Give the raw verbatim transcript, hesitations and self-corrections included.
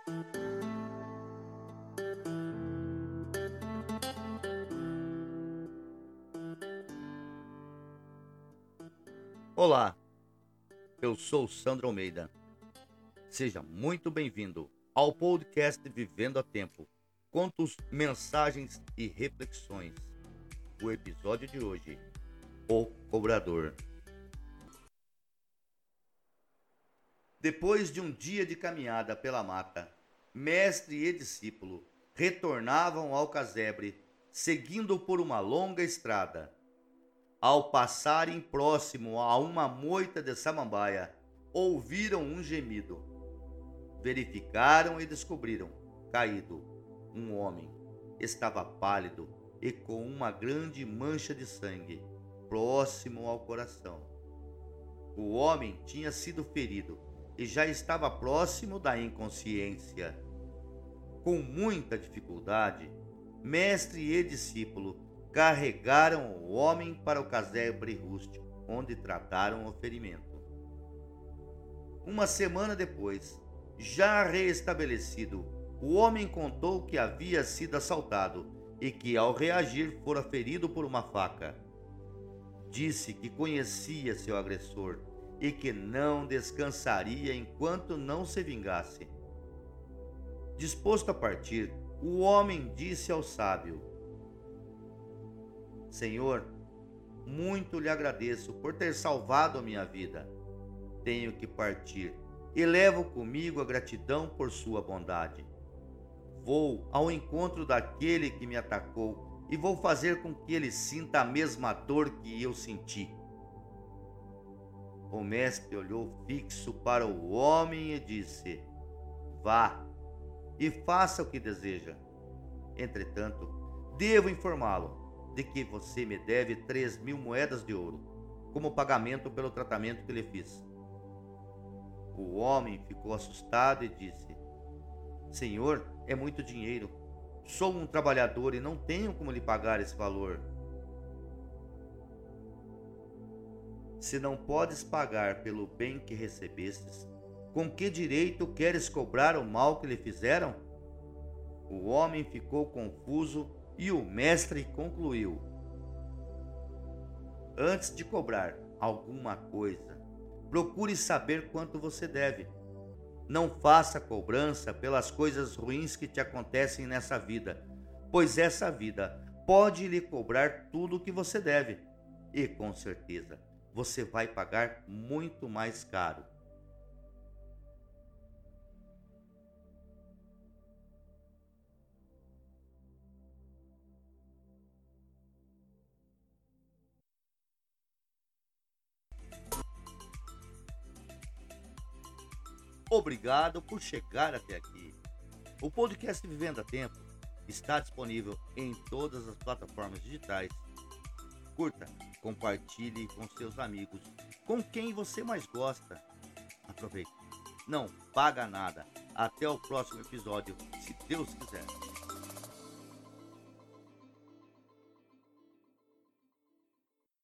Olá, eu sou Sandro Almeida. Seja muito bem-vindo ao podcast Vivendo a Tempo. Contos, mensagens e reflexões. O episódio de hoje, O Cobrador. Depois de um dia de caminhada pela mata, mestre e discípulo retornavam ao casebre, seguindo por uma longa estrada. Ao passarem próximo a uma moita de samambaia, ouviram um gemido. Verificaram e descobriram, caído, um homem. Estava pálido e com uma grande mancha de sangue, próximo ao coração. O homem tinha sido ferido e já estava próximo da inconsciência. Com muita dificuldade, mestre e discípulo carregaram o homem para o casebre rústico, onde trataram o ferimento. Uma semana depois, já reestabelecido, o homem contou que havia sido assaltado e que, ao reagir, fora ferido por uma faca. Disse que conhecia seu agressor e que não descansaria enquanto não se vingasse. Disposto a partir, o homem disse ao sábio: Senhor, muito lhe agradeço por ter salvado a minha vida. Tenho que partir e levo comigo a gratidão por sua bondade. Vou ao encontro daquele que me atacou e vou fazer com que ele sinta a mesma dor que eu senti. O mestre olhou fixo para o homem e disse: Vá e faça o que deseja. Entretanto, devo informá-lo de que você me deve três mil moedas de ouro, como pagamento pelo tratamento que lhe fiz. O homem ficou assustado e disse: Senhor, é muito dinheiro. Sou um trabalhador e não tenho como lhe pagar esse valor. Se não podes pagar pelo bem que recebestes, com que direito queres cobrar o mal que lhe fizeram? O homem ficou confuso e o mestre concluiu: Antes de cobrar alguma coisa, procure saber quanto você deve. Não faça cobrança pelas coisas ruins que te acontecem nessa vida, pois essa vida pode lhe cobrar tudo o que você deve, e com certeza você vai pagar muito mais caro. Obrigado por chegar até aqui. O podcast Vivendo a Tempo está disponível em todas as plataformas digitais. Curta, compartilhe com seus amigos, com quem você mais gosta. Aproveite. Não paga nada. Até o próximo episódio, se Deus quiser.